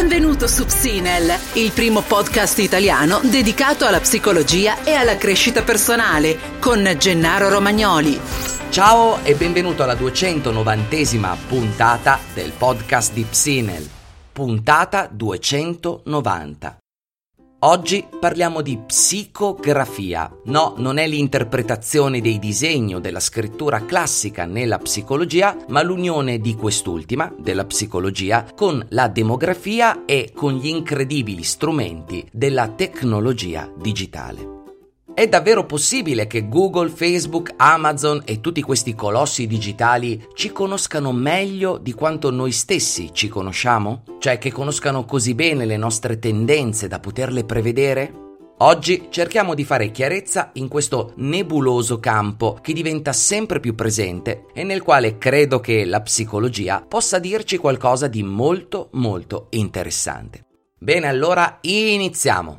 Benvenuto su Psinel, il primo podcast italiano dedicato alla psicologia e alla crescita personale, con Gennaro Romagnoli. Ciao e benvenuto alla 290esima puntata del podcast di Psinel, puntata 290. Oggi parliamo di psicografia. No, non è l'interpretazione dei disegni o della scrittura classica nella psicologia, ma l'unione di quest'ultima, della psicologia, con la demografia e con gli incredibili strumenti della tecnologia digitale. È davvero possibile che Google, Facebook, Amazon e tutti questi colossi digitali ci conoscano meglio di quanto noi stessi ci conosciamo? Cioè che conoscano così bene le nostre tendenze da poterle prevedere? Oggi cerchiamo di fare chiarezza in questo nebuloso campo che diventa sempre più presente e nel quale credo che la psicologia possa dirci qualcosa di molto molto interessante. Bene, allora iniziamo!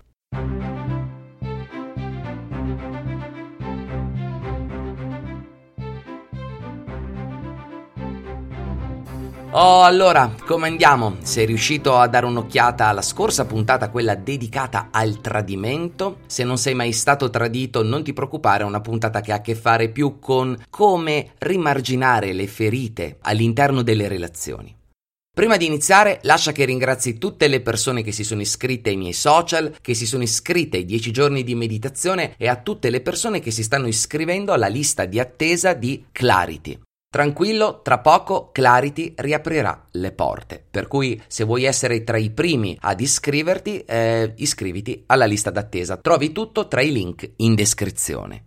Oh, allora, come andiamo? Sei riuscito a dare un'occhiata alla scorsa puntata, quella dedicata al tradimento? Se non sei mai stato tradito, non ti preoccupare, è una puntata che ha a che fare più con come rimarginare le ferite all'interno delle relazioni. Prima di iniziare, lascia che ringrazi tutte le persone che si sono iscritte ai miei social, che si sono iscritte ai 10 giorni di meditazione e a tutte le persone che si stanno iscrivendo alla lista di attesa di Clarity. Tranquillo, tra poco Clarity riaprirà le porte, per cui se vuoi essere tra i primi ad iscriverti, iscriviti alla lista d'attesa. Trovi tutto tra i link in descrizione.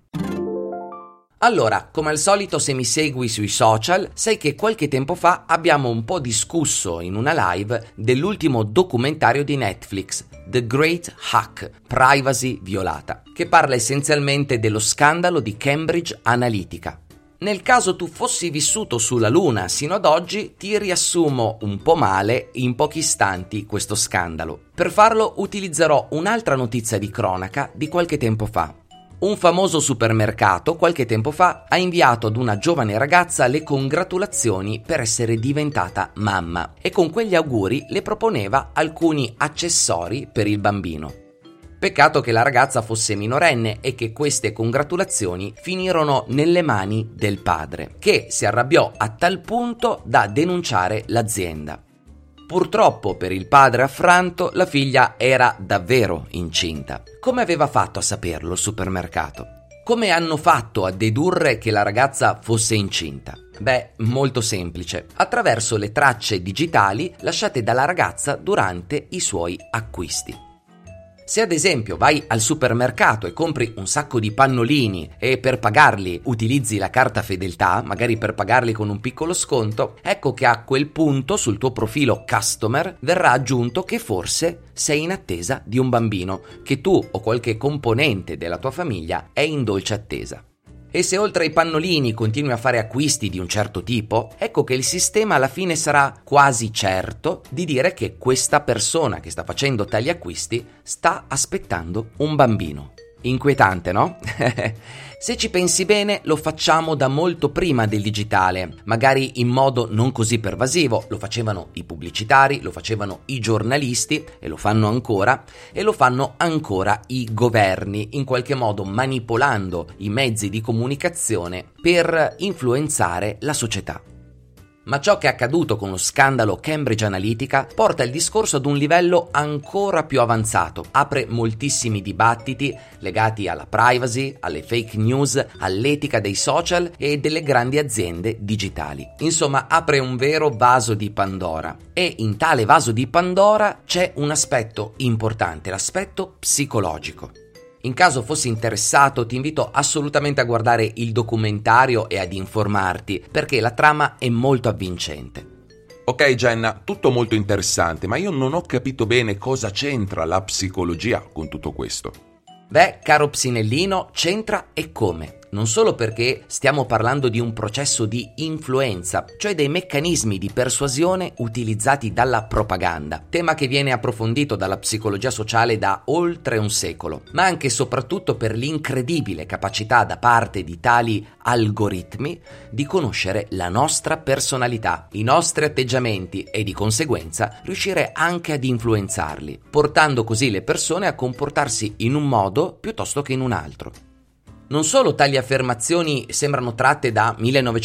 Allora, come al solito, se mi segui sui social, sai che qualche tempo fa abbiamo un po' discusso in una live dell'ultimo documentario di Netflix, The Great Hack, Privacy violata, che parla essenzialmente dello scandalo di Cambridge Analytica. Nel caso tu fossi vissuto sulla Luna sino ad oggi, ti riassumo un po' male in pochi istanti questo scandalo. Per farlo utilizzerò un'altra notizia di cronaca di qualche tempo fa. Un famoso supermercato qualche tempo fa ha inviato ad una giovane ragazza le congratulazioni per essere diventata mamma e con quegli auguri le proponeva alcuni accessori per il bambino. Peccato che la ragazza fosse minorenne e che queste congratulazioni finirono nelle mani del padre, che si arrabbiò a tal punto da denunciare l'azienda. Purtroppo per il padre affranto la figlia era davvero incinta. Come aveva fatto a saperlo il supermercato? Come hanno fatto a dedurre che la ragazza fosse incinta? Beh, molto semplice, attraverso le tracce digitali lasciate dalla ragazza durante i suoi acquisti. Se ad esempio vai al supermercato e compri un sacco di pannolini e per pagarli utilizzi la carta fedeltà, magari per pagarli con un piccolo sconto, ecco che a quel punto sul tuo profilo customer verrà aggiunto che forse sei in attesa di un bambino, che tu o qualche componente della tua famiglia è in dolce attesa. E se oltre ai pannolini continui a fare acquisti di un certo tipo, ecco che il sistema alla fine sarà quasi certo di dire che questa persona che sta facendo tali acquisti sta aspettando un bambino. Inquietante, no? Se ci pensi bene, lo facciamo da molto prima del digitale, magari in modo non così pervasivo. Lo facevano i pubblicitari, lo facevano i giornalisti e lo fanno ancora i governi, in qualche modo manipolando i mezzi di comunicazione per influenzare la società. Ma ciò che è accaduto con lo scandalo Cambridge Analytica porta il discorso ad un livello ancora più avanzato, apre moltissimi dibattiti legati alla privacy, alle fake news, all'etica dei social e delle grandi aziende digitali. Insomma, apre un vero vaso di Pandora. E in tale vaso di Pandora c'è un aspetto importante, l'aspetto psicologico. In caso fossi interessato, ti invito assolutamente a guardare il documentario e ad informarti, perché la trama è molto avvincente. Ok Jenna, tutto molto interessante, ma io non ho capito bene cosa c'entra la psicologia con tutto questo. Beh, caro Psinellino, c'entra e come? non solo perché stiamo parlando di un processo di influenza, cioè dei meccanismi di persuasione utilizzati dalla propaganda, tema che viene approfondito dalla psicologia sociale da oltre un secolo, ma anche e soprattutto per l'incredibile capacità da parte di tali algoritmi di conoscere la nostra personalità, i nostri atteggiamenti e di conseguenza riuscire anche ad influenzarli, portando così le persone a comportarsi in un modo piuttosto che in un altro. Non solo tali affermazioni sembrano tratte da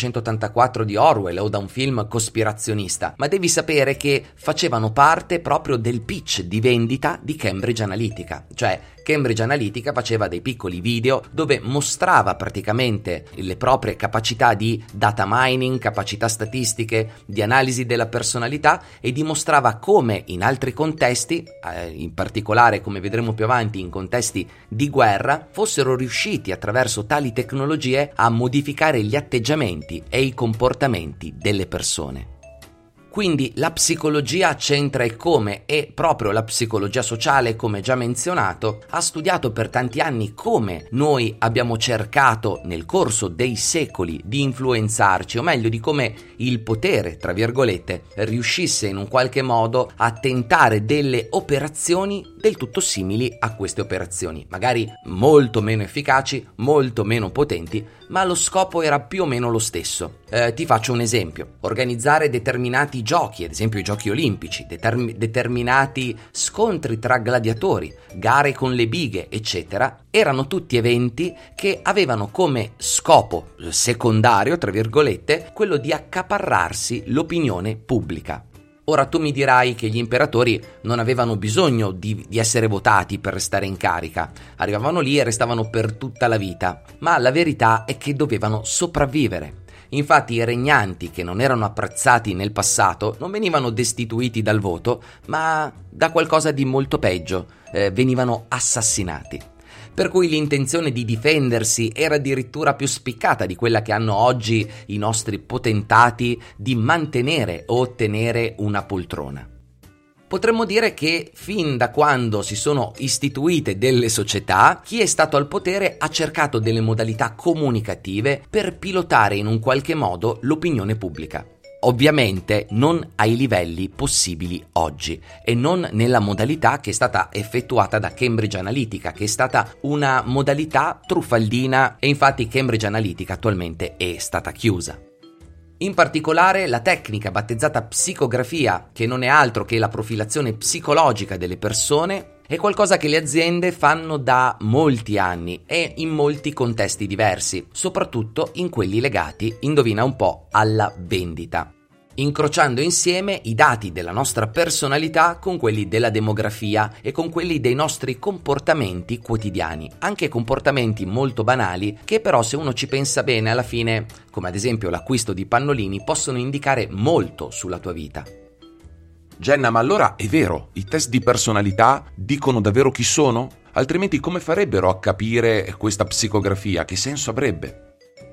1984 di Orwell o da un film cospirazionista, ma devi sapere che facevano parte proprio del pitch di vendita di Cambridge Analytica, cioè Cambridge Analytica faceva dei piccoli video dove mostrava praticamente le proprie capacità di data mining, capacità statistiche, di analisi della personalità e dimostrava come in altri contesti, in particolare come vedremo più avanti in contesti di guerra, fossero riusciti attraverso tali tecnologie a modificare gli atteggiamenti e i comportamenti delle persone. Quindi la psicologia c'entra e come, e proprio la psicologia sociale, come già menzionato, ha studiato per tanti anni come noi abbiamo cercato nel corso dei secoli di influenzarci, o meglio di come il potere, tra virgolette, riuscisse in un qualche modo a tentare delle operazioni del tutto simili a queste operazioni, magari molto meno efficaci, molto meno potenti, ma lo scopo era più o meno lo stesso. Ti faccio un esempio: organizzare determinati giochi, ad esempio i giochi olimpici, determinati scontri tra gladiatori, gare con le bighe, eccetera, erano tutti eventi che avevano come scopo secondario, tra virgolette, quello di accaparrarsi l'opinione pubblica. Ora tu mi dirai che gli imperatori non avevano bisogno di essere votati per restare in carica, arrivavano lì e restavano per tutta la vita, ma la verità è che dovevano sopravvivere. Infatti i regnanti che non erano apprezzati nel passato non venivano destituiti dal voto, ma da qualcosa di molto peggio, venivano assassinati. Per cui l'intenzione di difendersi era addirittura più spiccata di quella che hanno oggi i nostri potentati di mantenere o ottenere una poltrona. Potremmo dire che fin da quando si sono istituite delle società, chi è stato al potere ha cercato delle modalità comunicative per pilotare in un qualche modo l'opinione pubblica. Ovviamente non ai livelli possibili oggi e non nella modalità che è stata effettuata da Cambridge Analytica, che è stata una modalità truffaldina, e infatti Cambridge Analytica attualmente è stata chiusa. In particolare la tecnica battezzata psicografia, che non è altro che la profilazione psicologica delle persone, è qualcosa che le aziende fanno da molti anni e in molti contesti diversi, soprattutto in quelli legati, indovina un po', alla vendita, incrociando insieme i dati della nostra personalità con quelli della demografia e con quelli dei nostri comportamenti quotidiani, anche comportamenti molto banali che però, se uno ci pensa bene, alla fine, come ad esempio l'acquisto di pannolini, possono indicare molto sulla tua vita. Jenna, ma allora è vero, i test di personalità dicono davvero chi sono? Altrimenti come farebbero a capire questa psicografia? Che senso avrebbe?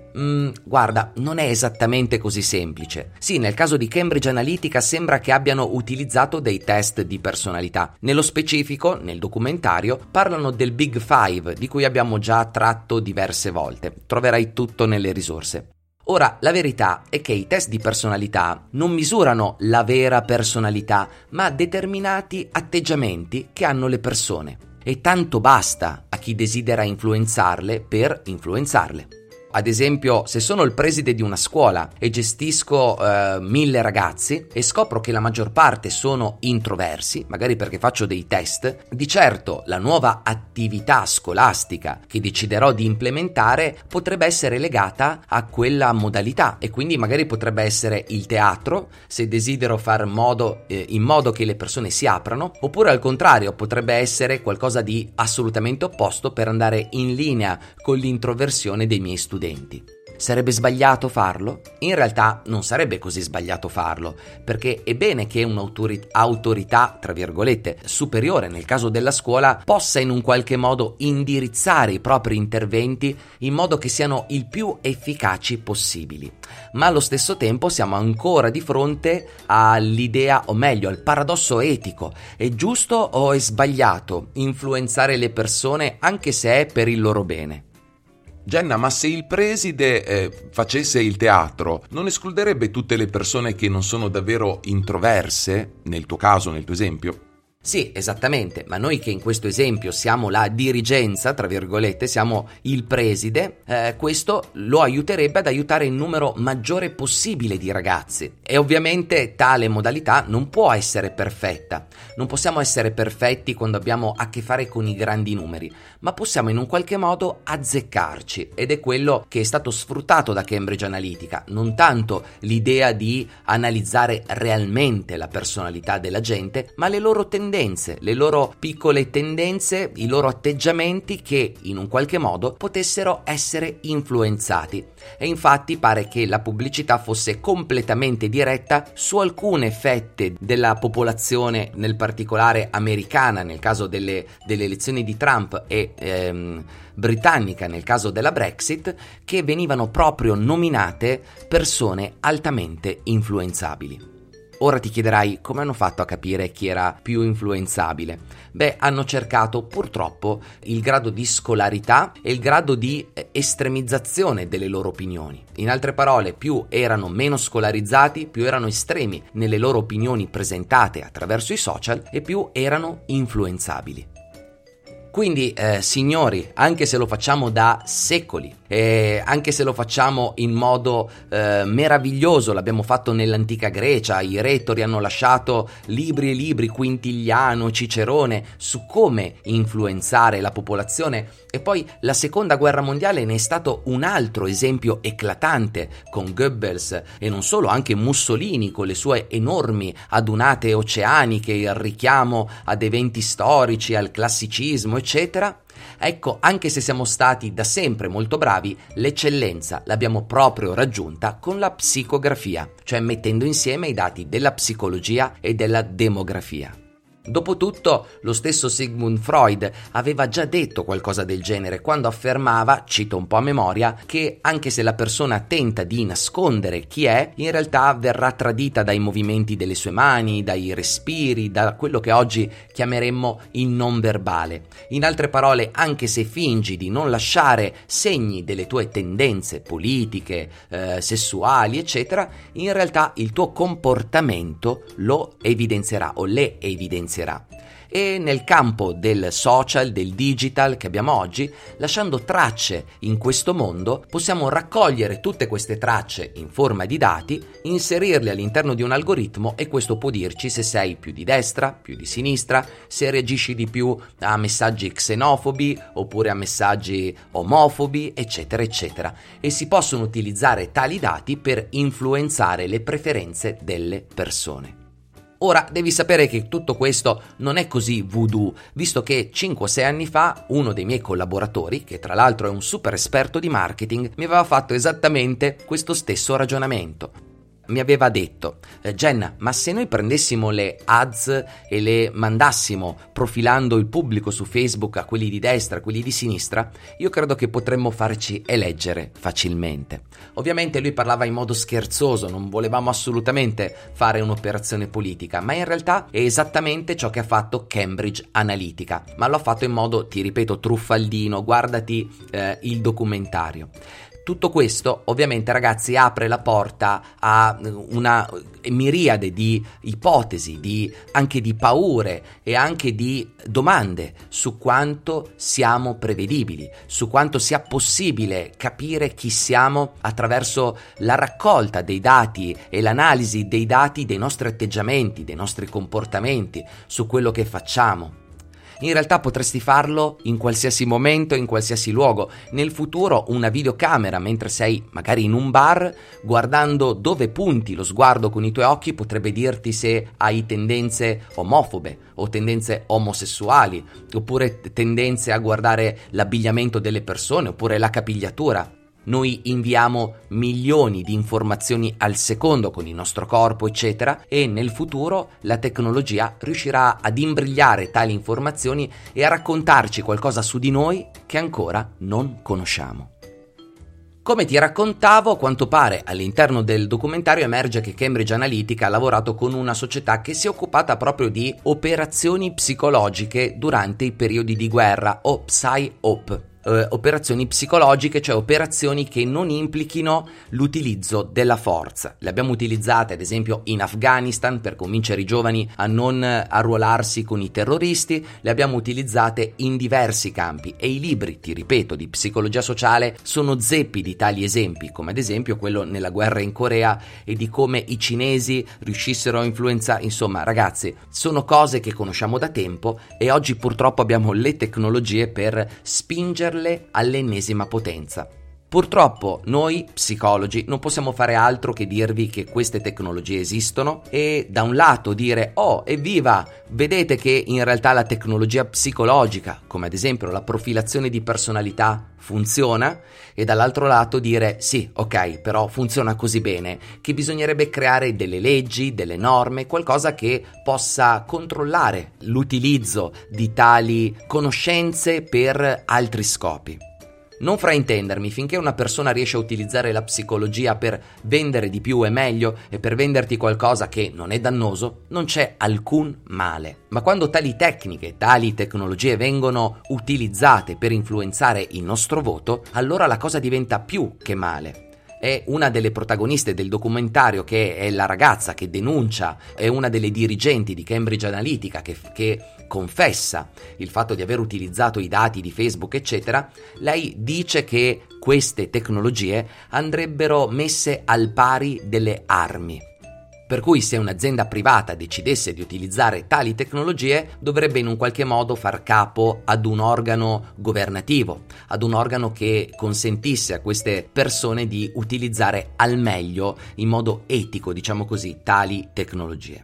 Guarda, non è esattamente così semplice. Sì, nel caso di Cambridge Analytica sembra che abbiano utilizzato dei test di personalità. Nello specifico, nel documentario, parlano del Big Five, di cui abbiamo già tratto diverse volte. Troverai tutto nelle risorse. Ora, la verità è che i test di personalità non misurano la vera personalità, ma determinati atteggiamenti che hanno le persone. E tanto basta a chi desidera influenzarle per influenzarle. Ad esempio, se sono il preside di una scuola e gestisco 1000 ragazzi e scopro che la maggior parte sono introversi, magari perché faccio dei test, di certo la nuova attività scolastica che deciderò di implementare potrebbe essere legata a quella modalità, e quindi magari potrebbe essere il teatro, se desidero far in modo che le persone si aprano, oppure al contrario potrebbe essere qualcosa di assolutamente opposto per andare in linea con l'introversione dei miei studenti. Sarebbe sbagliato farlo? In realtà non sarebbe così sbagliato farlo, perché è bene che un'autorità, tra virgolette, superiore nel caso della scuola, possa in un qualche modo indirizzare i propri interventi in modo che siano il più efficaci possibili. Ma allo stesso tempo siamo ancora di fronte all'idea, o meglio, al paradosso etico. È giusto o è sbagliato influenzare le persone anche se è per il loro bene? Jenna, ma se il preside facesse il teatro, non escluderebbe tutte le persone che non sono davvero introverse, nel tuo caso, nel tuo esempio? Sì, esattamente, ma noi che in questo esempio siamo la dirigenza, tra virgolette, siamo il preside, questo lo aiuterebbe ad aiutare il numero maggiore possibile di ragazzi. E ovviamente tale modalità non può essere perfetta. Non possiamo essere perfetti quando abbiamo a che fare con i grandi numeri, ma possiamo in un qualche modo azzeccarci, ed è quello che è stato sfruttato da Cambridge Analytica, non tanto l'idea di analizzare realmente la personalità della gente, ma le loro tendenze, le loro piccole tendenze, i loro atteggiamenti che in un qualche modo potessero essere influenzati. E infatti pare che la pubblicità fosse completamente diretta su alcune fette della popolazione, nel particolare americana nel caso delle elezioni di Trump e britannica nel caso della Brexit, che venivano proprio nominate persone altamente influenzabili. Ora ti chiederai come hanno fatto a capire chi era più influenzabile. Beh, hanno cercato purtroppo il grado di scolarità e il grado di estremizzazione delle loro opinioni. In altre parole, più erano meno scolarizzati, più erano estremi nelle loro opinioni presentate attraverso i social e più erano influenzabili. Quindi, signori, anche se lo facciamo da secoli, anche se lo facciamo in modo meraviglioso, l'abbiamo fatto nell'antica Grecia, i retori hanno lasciato libri e libri, Quintiliano, Cicerone, su come influenzare la popolazione, e poi la seconda guerra mondiale ne è stato un altro esempio eclatante, con Goebbels e non solo, anche Mussolini con le sue enormi adunate oceaniche, il richiamo ad eventi storici, al classicismo, eccetera. Ecco, anche se siamo stati da sempre molto bravi, l'eccellenza l'abbiamo proprio raggiunta con la psicografia, cioè mettendo insieme i dati della psicologia e della demografia. Dopotutto, lo stesso Sigmund Freud aveva già detto qualcosa del genere quando affermava, cito un po' a memoria, che anche se la persona tenta di nascondere chi è, in realtà verrà tradita dai movimenti delle sue mani, dai respiri, da quello che oggi chiameremmo il non verbale. In altre parole, anche se fingi di non lasciare segni delle tue tendenze politiche, sessuali, eccetera, in realtà il tuo comportamento lo evidenzierà o le evidenzierà. E nel campo del social, del digital che abbiamo oggi, lasciando tracce in questo mondo, possiamo raccogliere tutte queste tracce in forma di dati, inserirle all'interno di un algoritmo, e questo può dirci se sei più di destra, più di sinistra, se reagisci di più a messaggi xenofobi oppure a messaggi omofobi, eccetera eccetera, e si possono utilizzare tali dati per influenzare le preferenze delle persone. Ora, devi sapere che tutto questo non è così voodoo, visto che 5-6 anni fa uno dei miei collaboratori, che tra l'altro è un super esperto di marketing, mi aveva fatto esattamente questo stesso ragionamento. Mi aveva detto: Jenna, ma se noi prendessimo le ads e le mandassimo profilando il pubblico su Facebook a quelli di destra, a quelli di sinistra, io credo che potremmo farci eleggere facilmente. Ovviamente lui parlava in modo scherzoso, non volevamo assolutamente fare un'operazione politica, ma in realtà è esattamente ciò che ha fatto Cambridge Analytica, ma lo ha fatto in modo, ti ripeto, truffaldino. Guardati il documentario. Tutto questo ovviamente, ragazzi, apre la porta a una miriade di ipotesi, anche di paure e anche di domande su quanto siamo prevedibili, su quanto sia possibile capire chi siamo attraverso la raccolta dei dati e l'analisi dei dati dei nostri atteggiamenti, dei nostri comportamenti, su quello che facciamo. In realtà potresti farlo in qualsiasi momento, in qualsiasi luogo. Nel futuro una videocamera, mentre sei magari in un bar, guardando dove punti lo sguardo con i tuoi occhi, potrebbe dirti se hai tendenze omofobe o tendenze omosessuali, oppure tendenze a guardare l'abbigliamento delle persone, oppure la capigliatura. Noi inviamo milioni di informazioni al secondo con il nostro corpo, eccetera, e nel futuro la tecnologia riuscirà ad imbrigliare tali informazioni e a raccontarci qualcosa su di noi che ancora non conosciamo. Come ti raccontavo, a quanto pare all'interno del documentario emerge che Cambridge Analytica ha lavorato con una società che si è occupata proprio di operazioni psicologiche durante i periodi di guerra, o PSYOP. operazioni psicologiche, cioè operazioni che non implichino l'utilizzo della forza. Le abbiamo utilizzate ad esempio in Afghanistan per convincere i giovani a non arruolarsi con i terroristi, le abbiamo utilizzate in diversi campi e i libri, ti ripeto, di psicologia sociale sono zeppi di tali esempi, come ad esempio quello nella guerra in Corea e di come i cinesi riuscissero a influenzare. Insomma, ragazzi, sono cose che conosciamo da tempo e oggi purtroppo abbiamo le tecnologie per spingerle all'ennesima potenza. Purtroppo noi psicologi non possiamo fare altro che dirvi che queste tecnologie esistono e da un lato dire "Oh, evviva, vedete che in realtà la tecnologia psicologica, come ad esempio la profilazione di personalità, funziona", e dall'altro lato dire "Sì, ok, però funziona così bene che bisognerebbe creare delle leggi, delle norme, qualcosa che possa controllare l'utilizzo di tali conoscenze per altri scopi". Non fraintendermi, finché una persona riesce a utilizzare la psicologia per vendere di più e meglio e per venderti qualcosa che non è dannoso, non c'è alcun male. Ma quando tali tecniche, tali tecnologie vengono utilizzate per influenzare il nostro voto, allora la cosa diventa più che male. È una delle protagoniste del documentario, che è la ragazza che denuncia, è una delle dirigenti di Cambridge Analytica che confessa il fatto di aver utilizzato i dati di Facebook, eccetera. Lei dice che queste tecnologie andrebbero messe al pari delle armi. Per cui se un'azienda privata decidesse di utilizzare tali tecnologie, dovrebbe in un qualche modo far capo ad un organo governativo, ad un organo che consentisse a queste persone di utilizzare al meglio, in modo etico, diciamo così, tali tecnologie.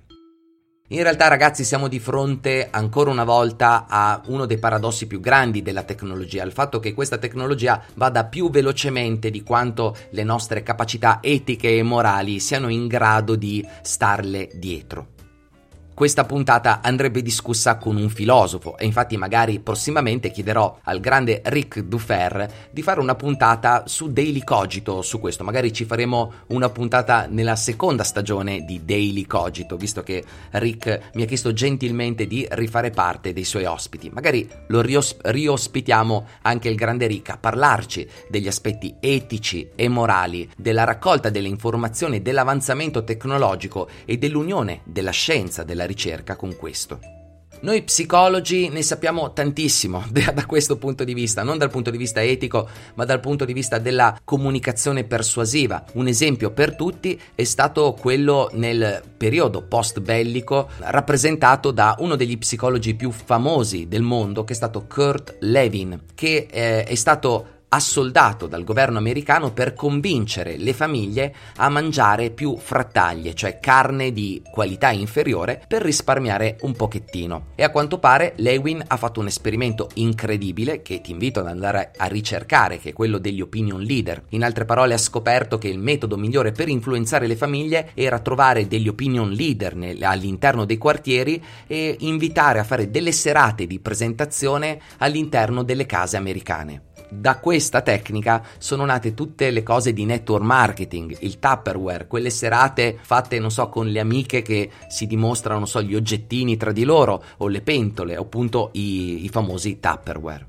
In realtà, ragazzi, siamo di fronte ancora una volta a uno dei paradossi più grandi della tecnologia, il fatto che questa tecnologia vada più velocemente di quanto le nostre capacità etiche e morali siano in grado di starle dietro. Questa puntata andrebbe discussa con un filosofo e infatti magari prossimamente chiederò al grande Rick Dufer di fare una puntata su Daily Cogito su questo. Magari ci faremo una puntata nella seconda stagione di Daily Cogito, visto che Rick mi ha chiesto gentilmente di rifare parte dei suoi ospiti. Magari lo riospitiamo anche il grande Rick a parlarci degli aspetti etici e morali della raccolta delle informazioni, dell'avanzamento tecnologico e dell'unione della scienza, della ricerca con questo. Noi psicologi ne sappiamo tantissimo da questo punto di vista, non dal punto di vista etico, ma dal punto di vista della comunicazione persuasiva. Un esempio per tutti è stato quello nel periodo post bellico rappresentato da uno degli psicologi più famosi del mondo, che è stato Kurt Lewin, che è stato assoldato dal governo americano per convincere le famiglie a mangiare più frattaglie, cioè carne di qualità inferiore, per risparmiare un pochettino. E a quanto pare Lewin ha fatto un esperimento incredibile che ti invito ad andare a ricercare, che è quello degli opinion leader. In altre parole, ha scoperto che il metodo migliore per influenzare le famiglie era trovare degli opinion leader all'interno dei quartieri e invitare a fare delle serate di presentazione all'interno delle case americane. Da questa tecnica sono nate tutte le cose di network marketing, il Tupperware, quelle serate fatte, non so, con le amiche che si dimostrano, non so, gli oggettini tra di loro, o le pentole, o appunto i famosi Tupperware.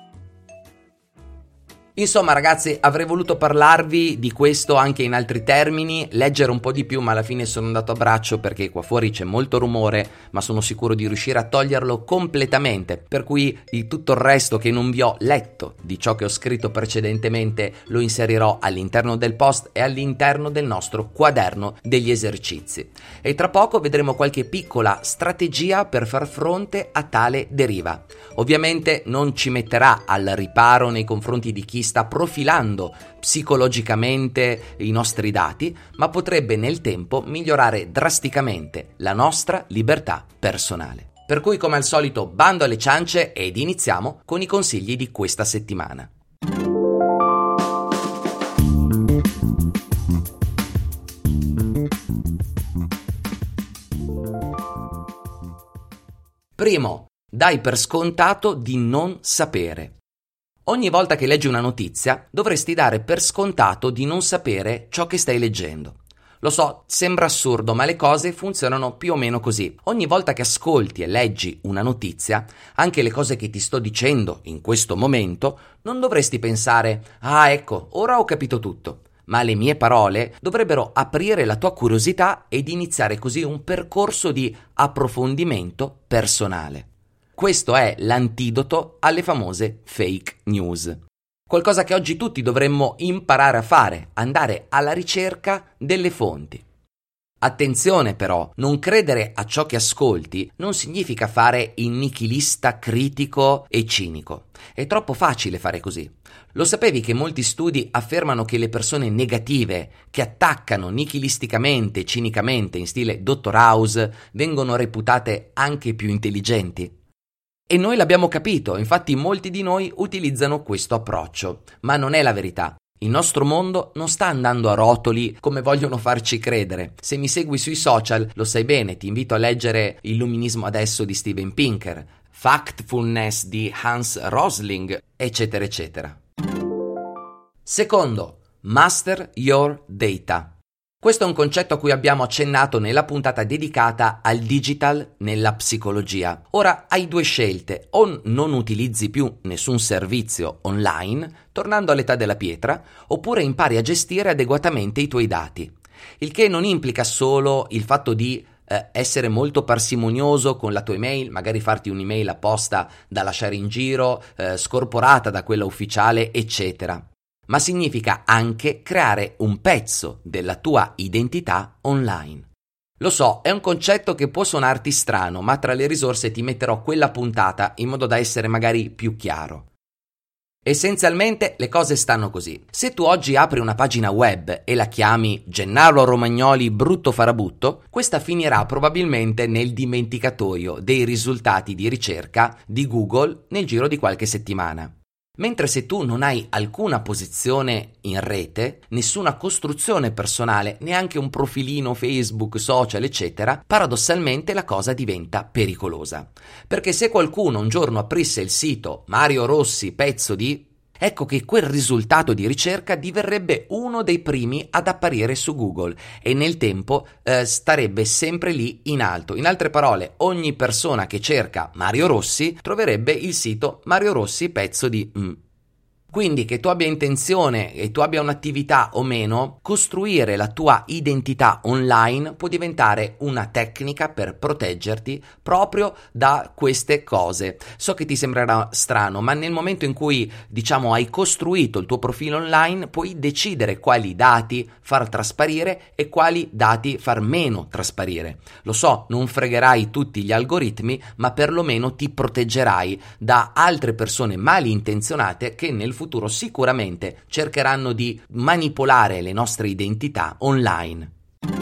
Insomma, ragazzi, avrei voluto parlarvi di questo anche in altri termini, leggere un po' di più, ma alla fine sono andato a braccio perché qua fuori c'è molto rumore, ma sono sicuro di riuscire a toglierlo completamente, per cui di tutto il resto che non vi ho letto di ciò che ho scritto precedentemente lo inserirò all'interno del post e all'interno del nostro quaderno degli esercizi. E tra poco vedremo qualche piccola strategia per far fronte a tale deriva. Ovviamente non ci metterà al riparo nei confronti di chi sta profilando psicologicamente i nostri dati, ma potrebbe nel tempo migliorare drasticamente la nostra libertà personale. Per cui, come al solito, bando alle ciance ed iniziamo con i consigli di questa settimana. Primo, dai per scontato di non sapere. Ogni volta che leggi una notizia dovresti dare per scontato di non sapere ciò che stai leggendo. Lo so, sembra assurdo, ma le cose funzionano più o meno così. Ogni volta che ascolti e leggi una notizia, anche le cose che ti sto dicendo in questo momento, non dovresti pensare: ah, ecco, ora ho capito tutto. Ma le mie parole dovrebbero aprire la tua curiosità ed iniziare così un percorso di approfondimento personale. Questo è l'antidoto alle famose fake news. Qualcosa che oggi tutti dovremmo imparare a fare, andare alla ricerca delle fonti. Attenzione però, non credere a ciò che ascolti non significa fare il nichilista critico e cinico. È troppo facile fare così. Lo sapevi che molti studi affermano che le persone negative che attaccano nichilisticamente e cinicamente in stile Dr. House vengono reputate anche più intelligenti? E noi l'abbiamo capito, infatti molti di noi utilizzano questo approccio, ma non è la verità. Il nostro mondo non sta andando a rotoli come vogliono farci credere. Se mi segui sui social, lo sai bene, ti invito a leggere Illuminismo adesso di Steven Pinker, Factfulness di Hans Rosling, eccetera, eccetera. Secondo, master your data. Questo è un concetto a cui abbiamo accennato nella puntata dedicata al digital nella psicologia. Ora hai due scelte: o non utilizzi più nessun servizio online, tornando all'età della pietra, oppure impari a gestire adeguatamente i tuoi dati. Il che non implica solo il fatto di essere molto parsimonioso con la tua email, magari farti un'email apposta da lasciare in giro, scorporata da quella ufficiale, eccetera. Ma significa anche creare un pezzo della tua identità online. Lo so, è un concetto che può suonarti strano, ma tra le risorse ti metterò quella puntata in modo da essere magari più chiaro. Essenzialmente le cose stanno così. Se tu oggi apri una pagina web e la chiami Gennaro Romagnoli Brutto Farabutto, questa finirà probabilmente nel dimenticatoio dei risultati di ricerca di Google nel giro di qualche settimana. Mentre se tu non hai alcuna posizione in rete, nessuna costruzione personale, neanche un profilino Facebook, social, eccetera, paradossalmente la cosa diventa pericolosa. Perché se qualcuno un giorno aprisse il sito Mario Rossi pezzo di, ecco che quel risultato di ricerca diverrebbe uno dei primi ad apparire su Google e nel tempo starebbe sempre lì in alto. In altre parole, ogni persona che cerca Mario Rossi troverebbe il sito Mario Rossi pezzo di. Quindi che tu abbia intenzione e tu abbia un'attività o meno, costruire la tua identità online può diventare una tecnica per proteggerti proprio da queste cose. So che ti sembrerà strano, ma nel momento in cui, hai costruito il tuo profilo online, puoi decidere quali dati far trasparire e quali dati far meno trasparire. Lo so, non fregherai tutti gli algoritmi, ma perlomeno ti proteggerai da altre persone malintenzionate che nel futuro sicuramente cercheranno di manipolare le nostre identità online.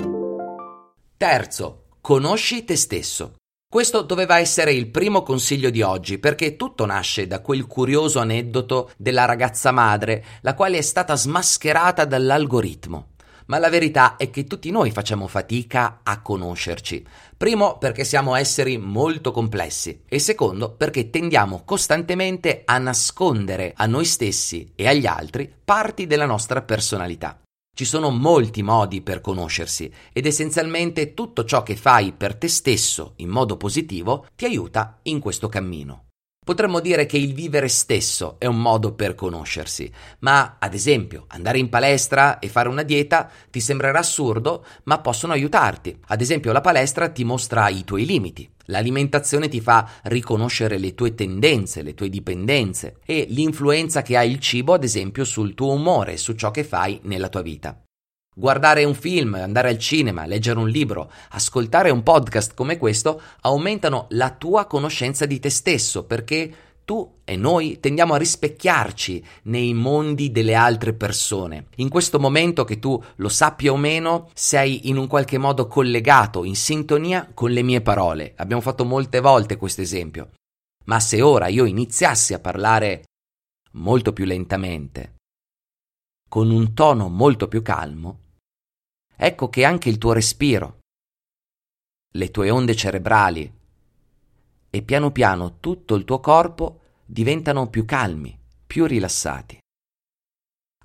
Terzo, conosci te stesso. Questo doveva essere il primo consiglio di oggi, perché tutto nasce da quel curioso aneddoto della ragazza madre, la quale è stata smascherata dall'algoritmo. Ma la verità è che tutti noi facciamo fatica a conoscerci. Primo, perché siamo esseri molto complessi, e secondo, perché tendiamo costantemente a nascondere a noi stessi e agli altri parti della nostra personalità. Ci sono molti modi per conoscersi ed essenzialmente tutto ciò che fai per te stesso in modo positivo ti aiuta in questo cammino. Potremmo dire che il vivere stesso è un modo per conoscersi, ma ad esempio andare in palestra e fare una dieta ti sembrerà assurdo, ma possono aiutarti. Ad esempio la palestra ti mostra i tuoi limiti, l'alimentazione ti fa riconoscere le tue tendenze, le tue dipendenze e l'influenza che ha il cibo ad esempio sul tuo umore, su ciò che fai nella tua vita. Guardare un film, andare al cinema, leggere un libro, ascoltare un podcast come questo aumentano la tua conoscenza di te stesso, perché tu e noi tendiamo a rispecchiarci nei mondi delle altre persone. In questo momento, che tu lo sappia o meno, sei in un qualche modo collegato, in sintonia con le mie parole. Abbiamo fatto molte volte questo esempio. Ma se ora io iniziassi a parlare molto più lentamente, con un tono molto più calmo, ecco che anche il tuo respiro, le tue onde cerebrali e piano piano tutto il tuo corpo diventano più calmi, più rilassati.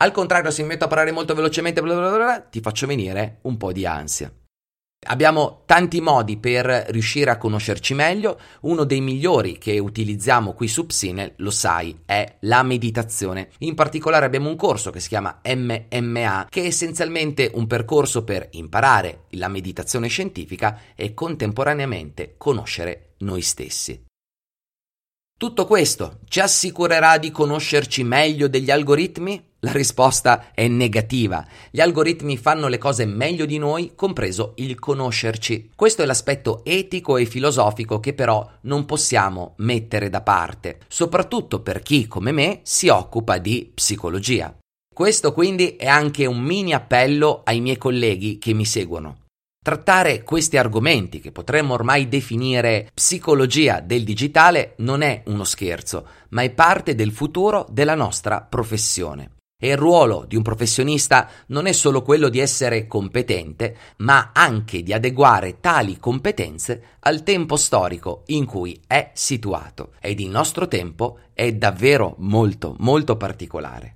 Al contrario, se mi metto a parlare molto velocemente, ti faccio venire un po' di ansia. Abbiamo tanti modi per riuscire a conoscerci meglio. Uno dei migliori che utilizziamo qui su Psynel, lo sai, è la meditazione. In particolare abbiamo un corso che si chiama MMA, che è essenzialmente un percorso per imparare la meditazione scientifica e contemporaneamente conoscere noi stessi. Tutto questo ci assicurerà di conoscerci meglio degli algoritmi? La risposta è negativa. Gli algoritmi fanno le cose meglio di noi, compreso il conoscerci. Questo è l'aspetto etico e filosofico che però non possiamo mettere da parte, soprattutto per chi, come me, si occupa di psicologia. Questo quindi è anche un mini appello ai miei colleghi che mi seguono. Trattare questi argomenti, che potremmo ormai definire psicologia del digitale, non è uno scherzo, ma è parte del futuro della nostra professione. E il ruolo di un professionista non è solo quello di essere competente, ma anche di adeguare tali competenze al tempo storico in cui è situato. Ed il nostro tempo è davvero molto, molto particolare.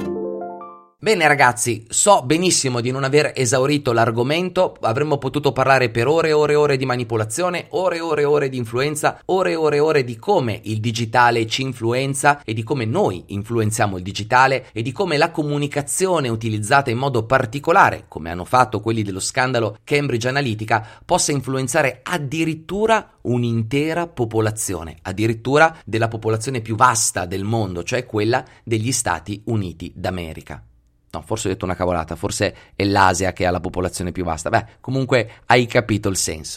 Bene ragazzi, so benissimo di non aver esaurito l'argomento, avremmo potuto parlare per ore e ore e ore di manipolazione, ore e ore e ore di influenza, ore e ore e ore di come il digitale ci influenza e di come noi influenziamo il digitale e di come la comunicazione utilizzata in modo particolare, come hanno fatto quelli dello scandalo Cambridge Analytica, possa influenzare addirittura un'intera popolazione, addirittura della popolazione più vasta del mondo, cioè quella degli Stati Uniti d'America. No, forse ho detto una cavolata, forse è l'Asia che ha la popolazione più vasta. Beh, comunque hai capito il senso.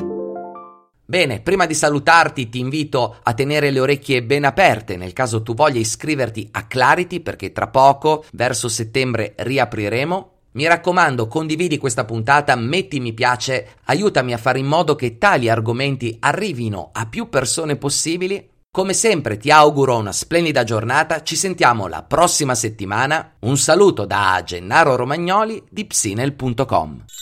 Bene, prima di salutarti ti invito a tenere le orecchie ben aperte nel caso tu voglia iscriverti a Clarity, perché tra poco, verso settembre, riapriremo. Mi raccomando, condividi questa puntata, metti mi piace, aiutami a fare in modo che tali argomenti arrivino a più persone possibili. Come sempre ti auguro una splendida giornata, ci sentiamo la prossima settimana. Un saluto da Gennaro Romagnoli di Psynel.com.